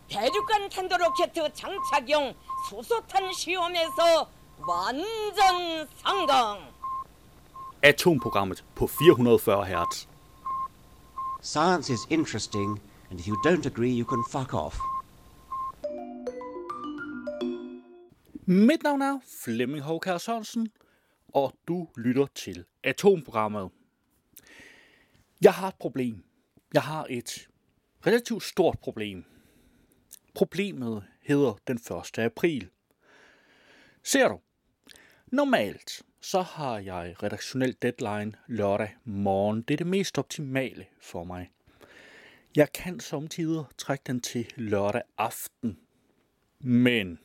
대륙간 탄도로켓 장착용 수소탄 시험에서 완전 성공. Atomprogrammet på 440 Hz. Science is interesting, and if you don't agree, you can fuck off. Mit navn er Flemming Hovkær Sørensen, og du lytter til Atomprogrammet. Jeg har et problem. Jeg har et relativt stort problem. Problemet hedder den 1. april. Ser du? Normalt så har jeg redaktionel deadline lørdag morgen. Det er det mest optimale for mig. Jeg kan samtidig trække den til lørdag aften. Men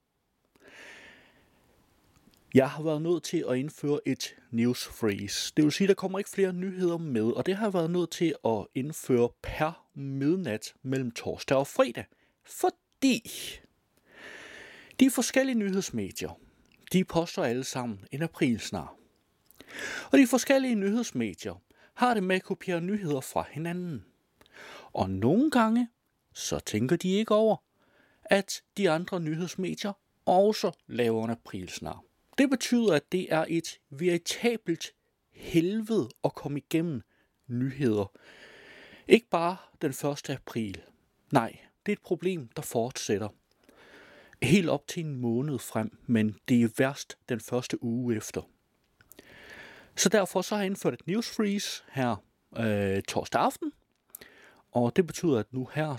jeg har været nødt til at indføre et news freeze. Det vil sige, at der kommer ikke flere nyheder med, og det har jeg været nødt til at indføre per midnat mellem torsdag og fredag. Fordi de forskellige nyhedsmedier, de poster alle sammen en aprilsnar. Og de forskellige nyhedsmedier har det med at kopiere nyheder fra hinanden. Og nogle gange, så tænker de ikke over, at de andre nyhedsmedier også laver en aprilsnar. Det betyder, at det er et veritabelt helvede at komme igennem nyheder. Ikke bare den 1. april. Nej, det er et problem, der fortsætter. Helt op til en måned frem, men det er værst den første uge efter. Så derfor så har jeg indført et news freeze her torsdag aften. Og det betyder, at nu her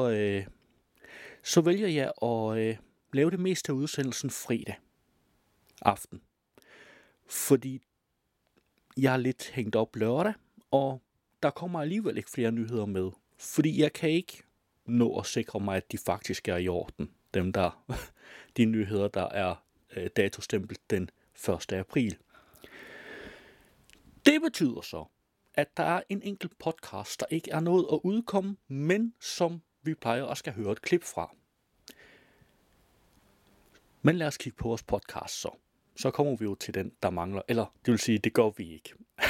så vælger jeg at lave det meste af udsendelsen fredag aften. Fordi jeg er lidt hængt op lørdag, og der kommer alligevel ikke flere nyheder med. Fordi jeg kan ikke nå at sikre mig, at de faktisk er i orden. De nyheder, der er datostemplet den 1. april. Det betyder så, at der er en enkelt podcast, der ikke er noget at udkomme, men som vi plejer at skal høre et klip fra. Men lad os kigge på vores podcast så. Så kommer vi jo til den, der mangler. Eller det vil sige, det gør vi ikke.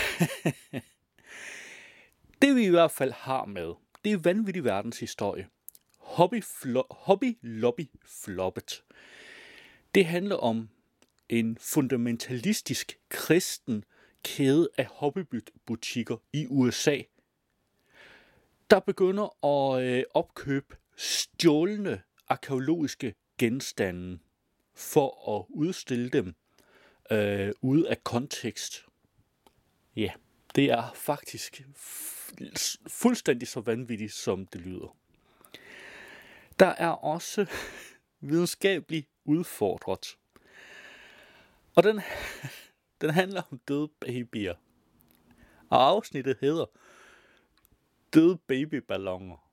Det vi i hvert fald har med, det er vanvittig verdenshistorie. Hobby Lobby Floppet. Det handler om en fundamentalistisk kristen kæde af hobbybutikker i USA, der begynder at opkøbe stjålne arkæologiske genstande for at udstille dem ude af kontekst. Ja, det er faktisk fuldstændig så vanvittigt, som det lyder. Der er også videnskabeligt udfordret. Og den handler om døde babyer. Og afsnittet hedder Døde babyballoner.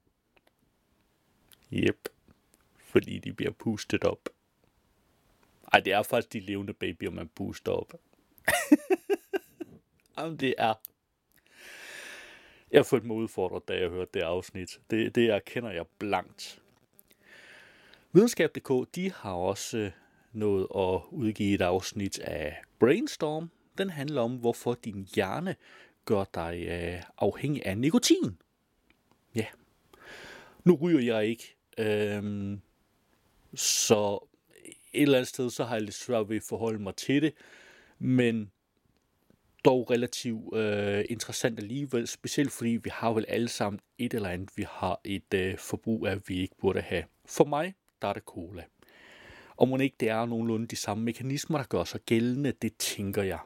Jep, fordi de bliver pustet op. Ej, det er faktisk de levende babyer, man puster op. Jamen, det er... Jeg følte mig udfordret, da jeg hørte det afsnit. Det erkender jeg blankt. Videnskab.dk, de har også nået at udgive et afsnit af Brainstorm. Den handler om, hvorfor din hjerne gør dig afhængig af nikotin. Ja. Nu ryger jeg ikke. Så et eller andet sted, så har jeg lidt svært ved at forholde mig til det. Men dog relativt interessant alligevel. Specielt fordi vi har vel alle sammen et eller andet, vi har et forbrug af, vi ikke burde have. For mig, der er det cola. Og må ikke det er nogenlunde de samme mekanismer, der gør sig gældende, det tænker jeg.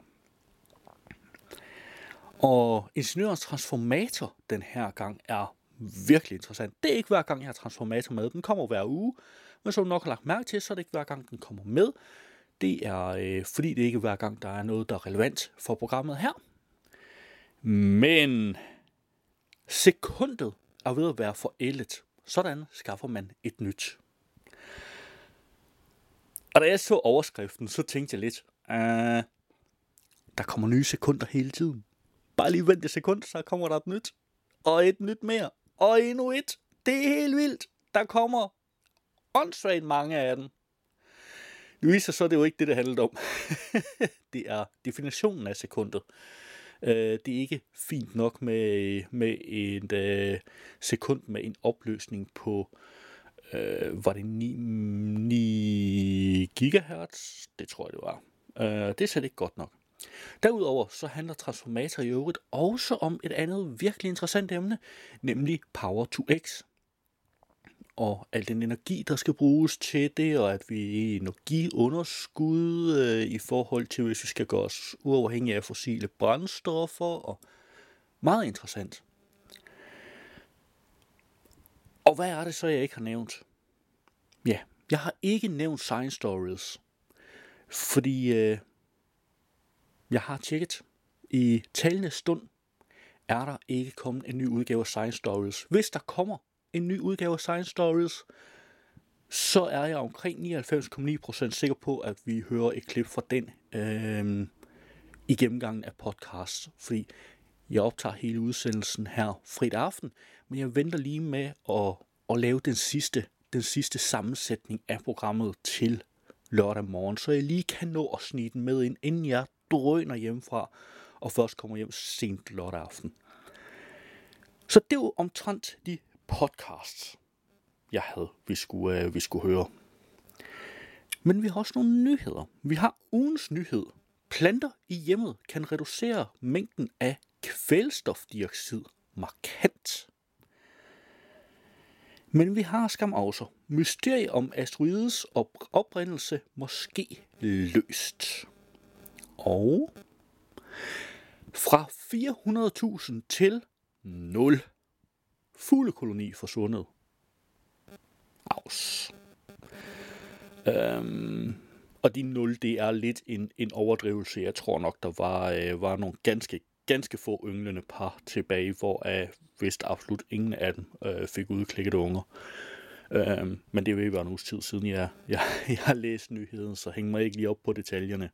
Og ingeniørens transformator den her gang er virkelig interessant. Det er ikke hver gang, jeg har transformator med. Den kommer hver uge. Men som du nok har lagt mærke til, så er det ikke hver gang, den kommer med. Det er fordi det ikke er hver gang, der er noget, der er relevant for programmet her. Men sekundet er ved at være forældet. Sådan skaffer man et nyt. Og da jeg så overskriften, så tænkte jeg lidt, der kommer nye sekunder hele tiden. Bare lige vent et sekund, så kommer der et nyt. Og et nyt mere. Og endnu et. Det er helt vildt. Der kommer åndssvagt mange af dem. Det viser så, det er jo ikke det handler om. Det er definitionen af sekundet. Det er ikke fint nok med et sekund med en opløsning på var det 9 gigahertz? Det tror jeg, det var. Det er slet ikke godt nok. Derudover så handler transformator i øvrigt også om et andet virkelig interessant emne, nemlig Power to X. Og al den energi, der skal bruges til det, og at vi er i energiunderskud i forhold til, hvis vi skal gøre os uafhængige af fossile brændstoffer, og meget interessant. Og hvad er det så, jeg ikke har nævnt? Ja, jeg har ikke nævnt Science Stories, fordi jeg har tjekket. I talende stund er der ikke kommet en ny udgave af Science Stories. Hvis der kommer en ny udgave af Science Stories, så er jeg omkring 99,9% sikker på, at vi hører et klip fra den i gennemgangen af podcasts. Fordi jeg optager hele udsendelsen her fredag aften, men jeg venter lige med at lave den sidste sammensætning af programmet til lørdag morgen, så jeg lige kan nå at snige den med ind, inden jeg drøner hjemmefra, og først kommer hjem sent lørdag aften. Så det var omtrent de podcasts, jeg havde, vi skulle høre. Men vi har også nogle nyheder. Vi har ugens nyhed. Planter i hjemmet kan reducere mængden af kvælstofdioxid markant. Men vi har skam også mysteriet om asteroides oprindelse måske løst. Og fra 400.000 til 0. Fuglekoloni forsvundet. Aus. Og de 0, det er lidt en overdrivelse. Jeg tror nok, der var nogle ganske få ynglende par tilbage, hvor vist absolut ingen af dem fik udklikket unger. Men det vil være en uges tid siden, jeg har læst nyheden, så hæng mig ikke lige op på detaljerne.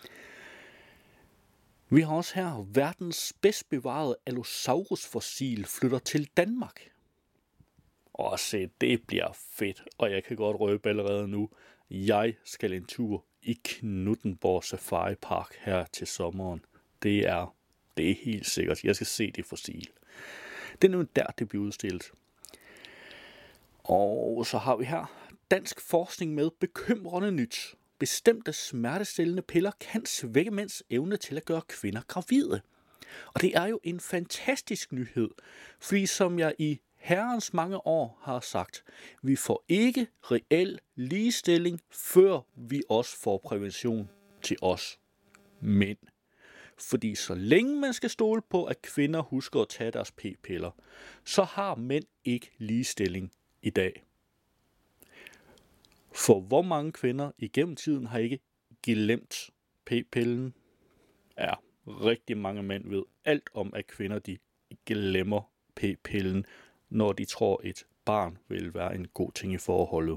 Vi har også her verdens bedst bevarede Allosaurus-fossil flytter til Danmark. Og se, det bliver fedt, og jeg kan godt røbe allerede nu. Jeg skal en tur i Knuthenborg Safari Park her til sommeren. Det er helt sikkert. Jeg skal se det fossil. Det er nu der, det bliver udstillet. Og så har vi her dansk forskning med bekymrende nyt. Bestemte smertestillende piller kan svække mænds evne til at gøre kvinder gravide. Og det er jo en fantastisk nyhed, fordi som jeg i herrens mange år har sagt, vi får ikke reel ligestilling, før vi også får prævention til os mænd. Fordi så længe man skal stole på, at kvinder husker at tage deres p-piller, så har mænd ikke ligestilling i dag. For hvor mange kvinder igennem tiden har ikke glemt p-pillen? Ja, rigtig mange mænd ved alt om, at kvinder de glemmer p-pillen, når de tror, et barn vil være en god ting i forholdet.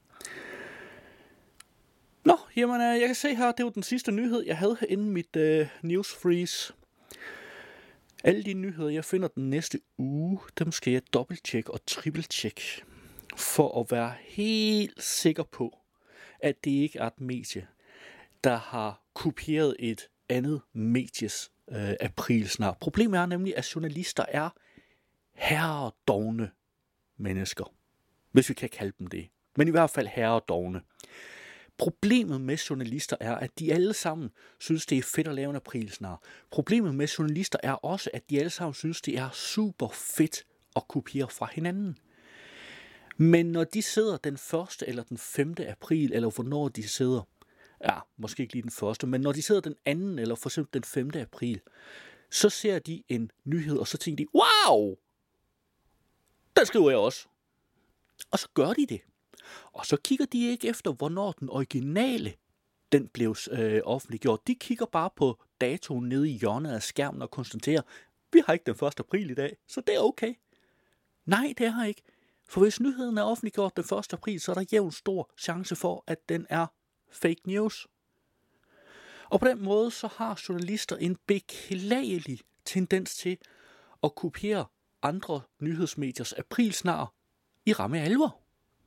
Nå, jamen jeg kan se her, det var den sidste nyhed, jeg havde inden mit news freeze. Alle de nyheder, jeg finder den næste uge, dem skal jeg dobbelttjekke og trippeltjekke, for at være helt sikker på, at det ikke er et medie, der har kopieret et andet medies aprilsnar. Problemet er nemlig, at journalister er herredovne mennesker, hvis vi kan kalde dem det. Men i hvert fald herredovne. Problemet med journalister er, at de alle sammen synes, det er fedt at lave en aprilsnar. Problemet med journalister er også, at de alle sammen synes, det er super fedt at kopiere fra hinanden. Men når de sidder den 1. eller den 5. april, eller hvornår de sidder, ja, måske ikke lige den 1., men når de sidder den 2. eller for eksempel den 5. april, så ser de en nyhed, og så tænker de, wow, den skriver jeg også. Og så gør de det. Og så kigger de ikke efter, hvornår den originale den blev offentliggjort. De kigger bare på datoen nede i hjørnet af skærmen og konstaterer, vi har ikke den 1. april i dag, så det er okay. Nej, det har ikke. For hvis nyheden er offentliggjort den 1. april, så er der jævnt stor chance for, at den er fake news. Og på den måde, så har journalister en beklagelig tendens til at kopiere andre nyhedsmediers aprilsnar i ramme alvor.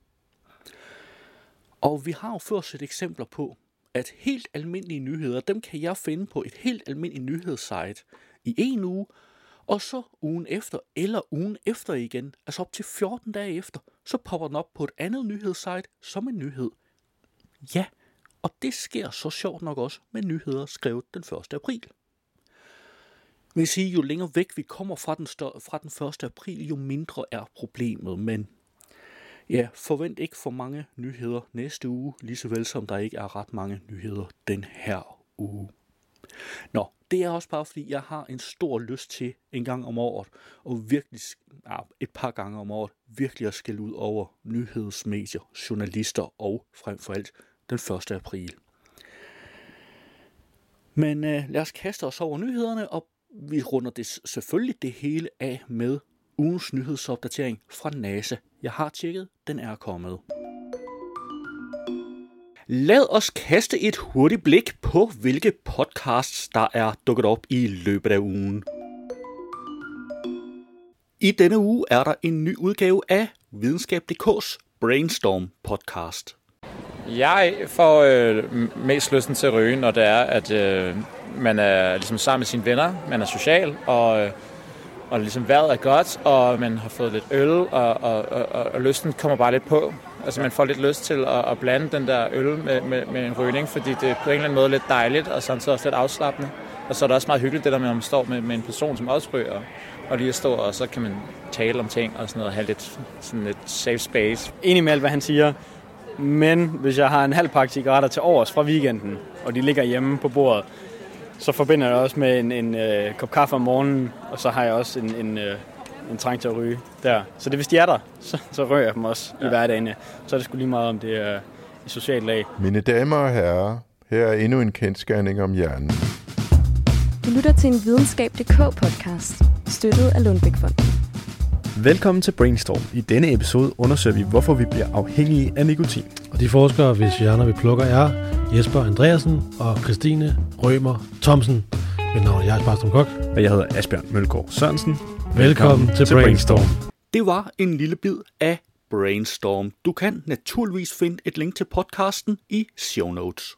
Og vi har jo før set eksempler på, at helt almindelige nyheder, dem kan jeg finde på et helt almindeligt nyhedssite i en uge, Og så ugen efter, eller ugen efter igen, altså op til 14 dage efter, så popper den op på et andet nyhedssite som en nyhed. Ja, og det sker så sjovt nok også med nyheder skrevet den 1. april. Jeg vil sige, jo længere væk vi kommer fra den 1. april, jo mindre er problemet. Men ja, forvent ikke for mange nyheder næste uge, lige så vel som der ikke er ret mange nyheder den her uge. Nå, det er også bare fordi, jeg har en stor lyst til en gang om året, og virkelig, et par gange om året, virkelig at skælde ud over nyhedsmedier, journalister og frem for alt den 1. april. Men lad os kaste os over nyhederne, og vi runder det selvfølgelig det hele af med ugens nyhedsopdatering fra NASA. Jeg har tjekket, den er kommet. Lad os kaste et hurtigt blik på, hvilke podcasts, der er dukket op i løbet af ugen. I denne uge er der en ny udgave af Videnskab.dk's Brainstorm podcast. Jeg får mest lysten til at ryge, når det er, at man er ligesom sammen med sine venner, man er social, og ligesom vejret er godt, og man har fået lidt øl, og lysten kommer bare lidt på. Altså man får lidt lyst til at blande den der øl med en rygning, fordi det er på en eller anden måde lidt dejligt, og samtidig også lidt afslappende. Og så er det også meget hyggeligt, det der med, at man står med en person, som også ryger, og lige at stå, og så kan man tale om ting og sådan noget, have lidt safe space. Enig med alt, hvad han siger, men hvis jeg har en halv pakke cigaretter til overs fra weekenden, og de ligger hjemme på bordet, så forbinder jeg også med en kop kaffe om morgenen, og så har jeg også en trang til at ryge der. Så det, hvis de er der, så rører jeg dem også i hverdagen. Så er det sgu lige meget, om det er i socialt lag. Mine damer og herrer, her er endnu en kendsgerning om hjernen. Du lytter til en Videnskab.dk-podcast, støttet af Lundbeck-fonden. Velkommen til Brainstorm. I denne episode undersøger vi, hvorfor vi bliver afhængige af nikotin. Og de forskere, hvis hjerner vi plukker, er Jesper Andreasen og Christine Rømer Thomsen. Mit navn er Jais Barstrom Kok. Og jeg hedder Asbjørn Mølgaard Sørensen. Velkommen til Brainstorm. Det var en lille bid af Brainstorm. Du kan naturligvis finde et link til podcasten i show notes.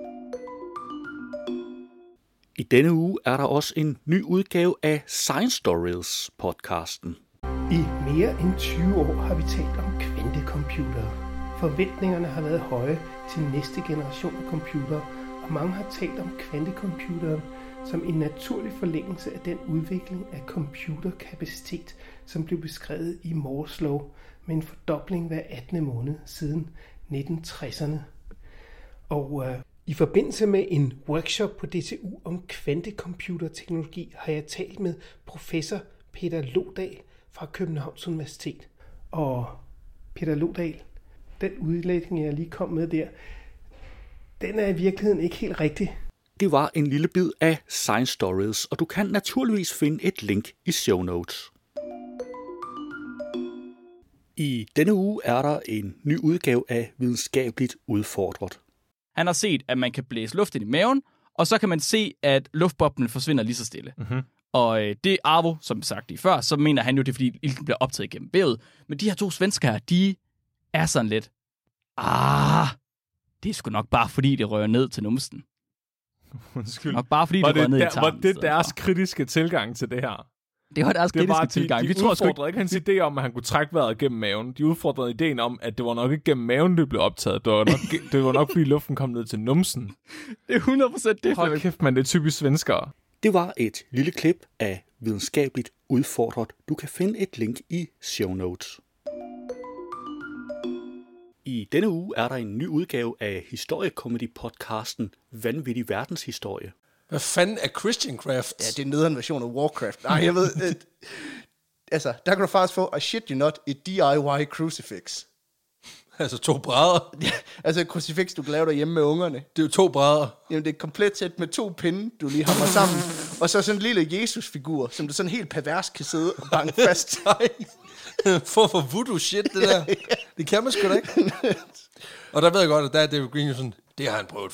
I denne uge er der også en ny udgave af Science Stories podcasten. I mere end 20 år har vi talt om kvantecomputere. Forventningerne har været høje til næste generation af computere, og mange har talt om kvantecomputere som en naturlig forlængelse af den udvikling af computerkapacitet, som blev beskrevet i Moores lov med en fordobling hver 18. måned siden 1960'erne. Og i forbindelse med en workshop på DTU om kvantecomputerteknologi har jeg talt med professor Peter Lodal fra Københavns Universitet. Og Peter Lodal, den udlægning, jeg lige kom med der, den er i virkeligheden ikke helt rigtig. Det var en lille bid af Science Stories, og du kan naturligvis finde et link i show notes. I denne uge er der en ny udgave af Videnskabeligt Udfordret. Han har set, at man kan blæse luft ind i maven, og så kan man se, at luftboblen forsvinder lige så stille. Mm-hmm. Og det Arvo, som sagt lige før, så mener han jo, det er fordi ilten bliver optaget gennem vævet. Men de her to svensker her, de er sådan lidt, det er sgu nok bare fordi, det rører ned til numsen. Undskyld. Nok bare fordi, det rører ned i tarmen. Var det deres kritiske tilgang til det her? Det var deres kritiske tilgang. De udfordrede ikke hans idé om, at han kunne trække vejret gennem maven. De udfordrede ideen om, at det var nok ikke gennem maven, det blev optaget. Det var nok fordi luften kom ned til numsen. Det er 100% det. Hold kæft, man, det er typisk svenskere. Det var et lille klip af Videnskabeligt Udfordret. Du kan finde et link i show notes. I denne uge er der en ny udgave af historiekomedy-podcasten Vanvittig Verdenshistorie. Hvad fanden er Christian Craft? Ja, det er en nederen version af Warcraft. Nej, jeg ved... altså, der kan du faktisk få, I shit you not, et DIY crucifix. Altså 2 brædder? Ja, altså et crucifix, du kan lave derhjemme med ungerne. Det er jo 2 brædder. Jamen, det er et komplet sæt med 2 pinde, du lige hammer sammen. Og så sådan en lille Jesus-figur, som du sådan helt pervers kan sidde og banke fast. For voodoo shit, det der. Det kan man sgu da ikke. Og der ved jeg godt, at der er David Green sådan, det har han prøvet før.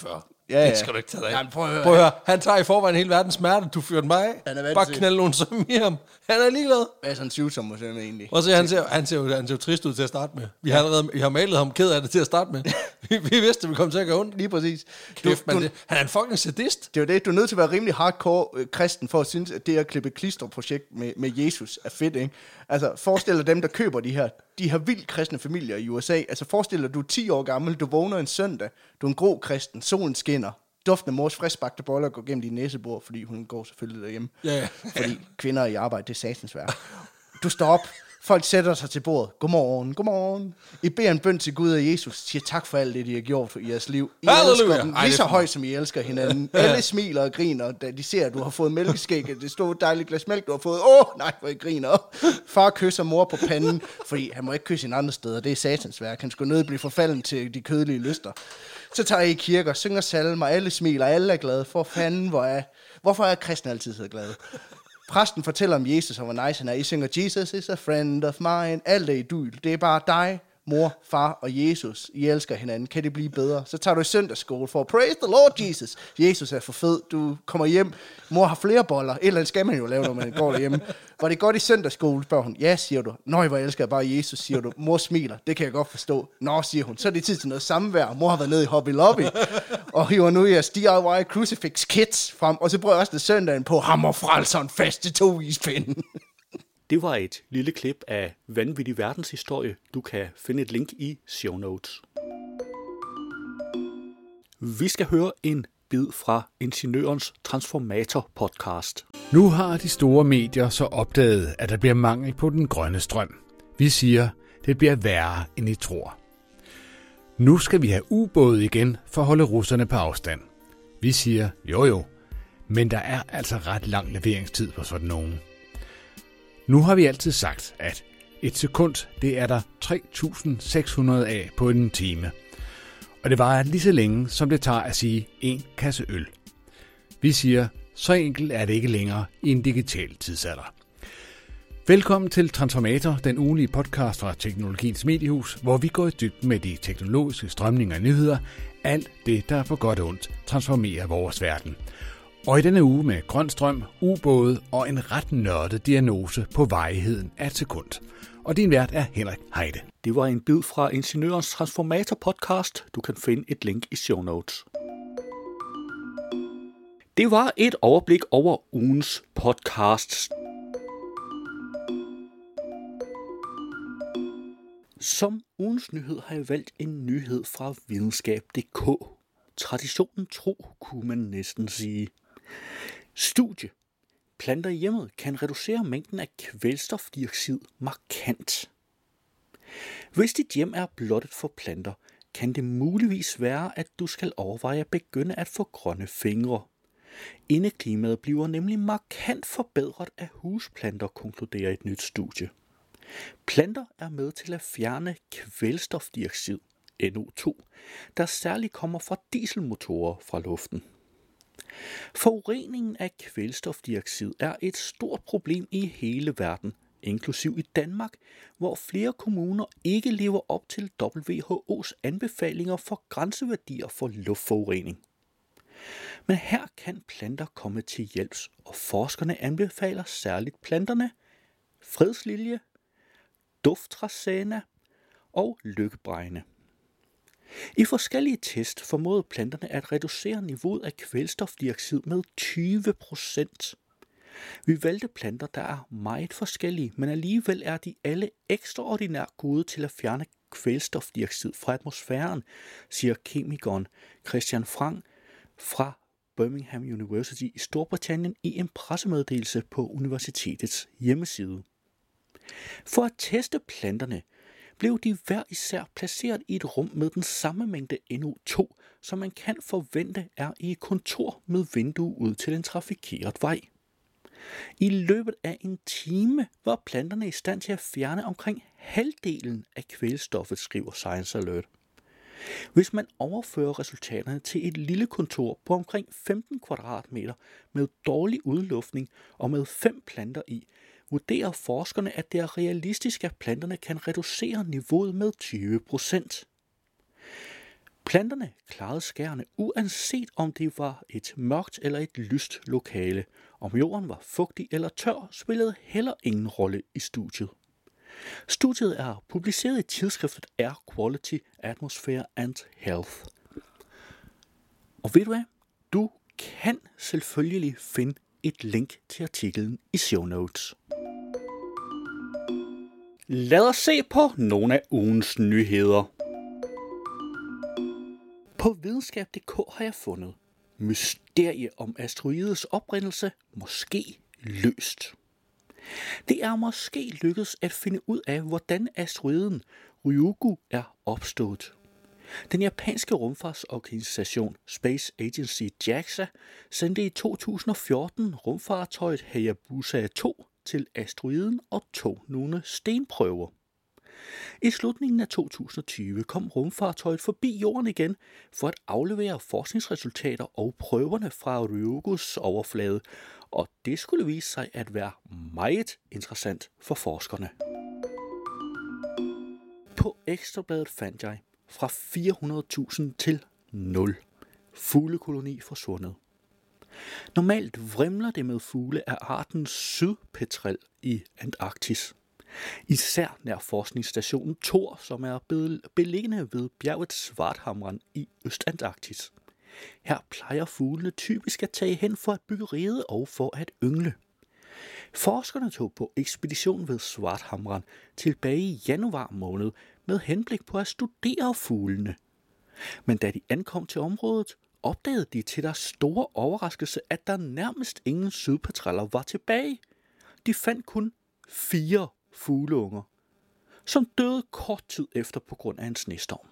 Ja. Det skal du ikke tage dig af. Jamen, prøv at høre. Prøv at høre. Han tager i forvejen hele verdens smerte. Du fyrer mig af. Han er vant Bare til. knald nogle søm i ham. Han er ligeglad. Hvad er sådan en syvtommer søm egentlig? Prøv at se, han ser jo trist ud til at starte med. Vi har malet ham ked af det til at starte med. vi vidste, at vi kom til at gå ondt. Lige præcis. Kæft, han er en fucking sadist. Det er jo det, du er nødt til at være rimelig hardcore kristen for at synes, at det at klippe klisterprojekt med Jesus er fedt, ikke? Altså, forestil dig dem, der køber de her vildt kristne familier i USA. Altså, forestil dig, du er 10 år gammel, du vågner en søndag, du er en grå kristen, solen skinner, duften af mors friskbagte boller går gennem din næsebord, fordi hun går selvfølgelig derhjemme. Ja. Fordi kvinder i arbejde, det er satans værk. Du står op, folk sætter sig til bordet. Godmorgen. I beder en bøn til Gud og Jesus, siger tak for alt det, de har gjort i jeres liv. I elsker dem lige så højt, som I elsker hinanden. Alle smiler og griner, da de ser, at du har fået mælkeskæg, det store dejlige glas mælk, du har fået. Nej, hvor I griner. Far kysser mor på panden, fordi han må ikke kysse hende andre steder. Det er satans værk. Han skulle nødt blive forfalden til de kødelige lyster. Så tager I i kirker, synger salmer, alle smiler, alle er glade. For fanden, hvorfor er kristne altid så glade? Præsten fortæller om Jesus, og hvor nice han er. I synger, Jesus is a friend of mine. Alt er idyl. Det er bare dig, mor, far og Jesus. I elsker hinanden. Kan det blive bedre? Så tager du i søndagsskole for praise the Lord Jesus. Jesus er for fed. Du kommer hjem. Mor har flere boller. Et eller andet skal man jo lave, når man går derhjemme. Var det godt i søndagsskole, spørger hun. Ja, siger du. Nøj, hvor elsker jeg bare Jesus, siger du. Mor smiler. Det kan jeg godt forstå. Nå, siger hun. Så er det tid til noget samvær. Mor har været nede i Hobby Lobby. Og hiver nu jeres DIY Crucifix Kits frem. Og så prøver jeg også det søndagen på hammer frelseren fast til 2 ispinde. Det var et lille klip af vanvittig verdenshistorie. Du kan finde et link i show notes. Vi skal høre en bid fra Ingeniørens Transformator podcast. Nu har de store medier så opdaget, at der bliver mangel på den grønne strøm. Vi siger, det bliver værre, end I tror. Nu skal vi have ubåde igen for at holde russerne på afstand. Vi siger, jo, men der er altså ret lang leveringstid på sådan nogen. Nu har vi altid sagt, at et sekund, det er der 3.600 af på en time. Og det varer lige så længe, som det tager at sige en kasse øl. Vi siger, så enkelt er det ikke længere i en digital tidsalder. Velkommen til Transformator, den ugenlige podcast fra Teknologiens Mediehus, hvor vi går i dybden med de teknologiske strømninger og nyheder. Alt det, der for godt og ondt transformerer vores verden. Og i denne uge med grøn strøm, ubåde og en ret nørdet diagnose på varigheden af et sekund. Og din vært er Henrik Heide. Det var en bid fra Ingeniørens Transformator podcast. Du kan finde et link i show notes. Det var et overblik over ugens podcasts. Som ugens nyhed har jeg valgt en nyhed fra videnskab.dk. Traditionen tro, kunne man næsten sige. Studie. Planter i hjemmet kan reducere mængden af kvælstofdioxid markant. Hvis dit hjem er blottet for planter, kan det muligvis være, at du skal overveje at begynde at få grønne fingre. Indeklimaet bliver nemlig markant forbedret af husplanter, konkluderer et nyt studie. Planter er med til at fjerne kvælstofdioxid, NO2, der særligt kommer fra dieselmotorer fra luften. Forureningen af kvælstofdioxid er et stort problem i hele verden, inklusiv i Danmark, hvor flere kommuner ikke lever op til WHO's anbefalinger for grænseværdier for luftforurening. Men her kan planter komme til hjælp, og forskerne anbefaler særligt planterne fredslilje, duftrasana og lykkebregne. I forskellige test formåede planterne at reducere niveauet af kvælstofdioxid med 20%. Vi valgte planter, der er meget forskellige, men alligevel er de alle ekstraordinært gode til at fjerne kvælstofdioxid fra atmosfæren, siger kemikeren Christian Frank fra Birmingham University i Storbritannien i en pressemeddelelse på universitetets hjemmeside. For at teste planterne blev de hver især placeret i et rum med den samme mængde NO2, som man kan forvente er i et kontor med vindue ud til en trafikeret vej. I løbet af en time var planterne i stand til at fjerne omkring halvdelen af kvælstoffet, skriver Science Alert. Hvis man overfører resultaterne til et lille kontor på omkring 15 kvadratmeter med dårlig udluftning og med 5 planter i, vurderer forskerne, at det er realistisk, at planterne kan reducere niveauet med 20%. Planterne klarede skærene, uanset om det var et mørkt eller et lyst lokale. Om jorden var fugtig eller tør, spillede heller ingen rolle i studiet. Studiet er publiceret i tidsskriftet Air Quality, Atmosphere and Health. Og ved du hvad? Du kan selvfølgelig finde et link til artiklen i show notes. Lad os se på nogle af ugens nyheder. På videnskab.dk har jeg fundet mysterie om asteroidets oprindelse måske løst. Det er måske lykkedes at finde ud af, hvordan asteroiden Ryugu er opstået. Den japanske rumfartsorganisation Space Agency JAXA sendte i 2014 rumfartøjet Hayabusa 2 til asteroiden og tog nogle stenprøver. I slutningen af 2020 kom rumfartøjet forbi jorden igen for at aflevere forskningsresultater og prøverne fra Ryugus overflade, og det skulle vise sig at være meget interessant for forskerne. På Ekstrabladet fandt jeg fra 400.000 til 0. Fuglekoloni forsvundet. Normalt vrimler det med fugle af arten sydpetrel i Antarktis. Især nær forskningsstationen Thor, som er beliggende ved bjerget Svarthamran i Østantarktis. Her plejer fuglene typisk at tage hen for at bygge rede og for at yngle. Forskerne tog på ekspedition ved Svarthamran tilbage i januar måned med henblik på at studere fuglene. Men da de ankom til området, opdagede de til deres store overraskelse, at der nærmest ingen sydpatreller var tilbage. De fandt kun 4 fugleunger, som døde kort tid efter på grund af en snestorm.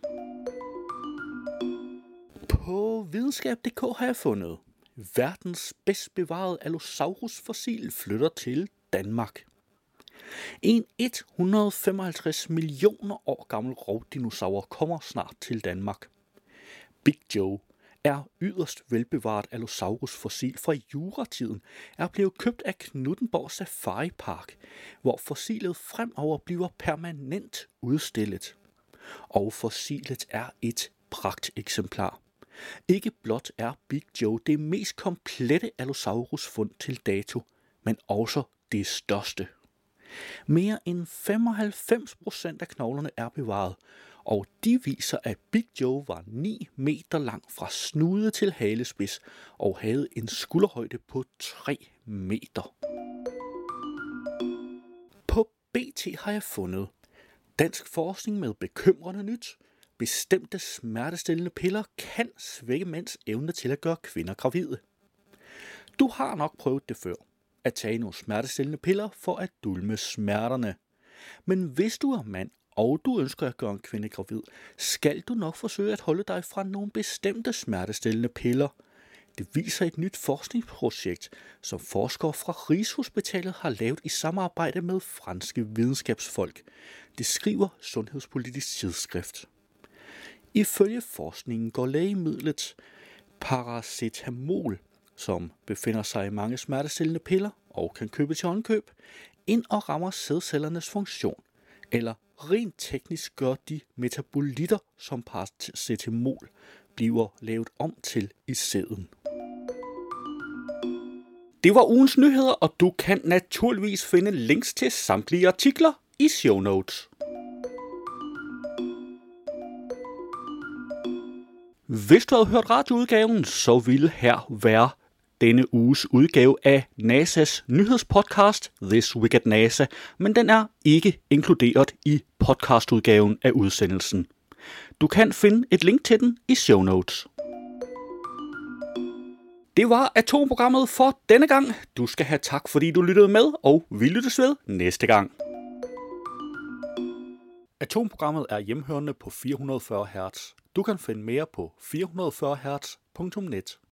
På videnskab.dk har jeg fundet verdens bedst bevarede Allosaurus-fossil flytter til Danmark. En 155 millioner år gammel rovdinosaur kommer snart til Danmark. Big Joe er yderst velbevaret Allosaurus-fossil fra juratiden, er blevet købt af Knuthenborg Safari Park, hvor fossilet fremover bliver permanent udstillet. Og fossilet er et pragteksemplar. Ikke blot er Big Joe det mest komplette Allosaurus-fund til dato, men også det største. Mere end 95% af knoglerne er bevaret, og de viser, at Big Joe var 9 meter lang fra snude til halespids og havde en skulderhøjde på 3 meter. På BT har jeg fundet dansk forskning med bekymrende nyt. Bestemte smertestillende piller kan svække mænds evne til at gøre kvinder gravide. Du har nok prøvet det før, at tage nogle smertestillende piller for at dulme smerterne. Men hvis du er mand, og du ønsker at gøre en kvinde gravid, skal du nok forsøge at holde dig fra nogle bestemte smertestillende piller. Det viser et nyt forskningsprojekt, som forskere fra Rigshospitalet har lavet i samarbejde med franske videnskabsfolk. Det skriver Sundhedspolitisk Tidsskrift. Ifølge forskningen går lægemidlet paracetamol, som befinder sig i mange smertestillende piller og kan købes til håndkøb, ind og rammer sædcellernes funktion, eller rent teknisk gør de metabolitter, som paracetamol bliver lavet om til i sæden. Det var ugens nyheder, og du kan naturligvis finde links til samtlige artikler i show notes. Hvis du havde hørt radioudgaven, så ville her være denne uges udgave af NASA's nyhedspodcast This Week at NASA, men den er ikke inkluderet i podcastudgaven af udsendelsen. Du kan finde et link til den i show notes. Det var Atomprogrammet for denne gang. Du skal have tak, fordi du lyttede med, og vi lyttes ved næste gang. Atomprogrammet er hjemhørende på 440 Hz. Du kan finde mere på 440hz.net.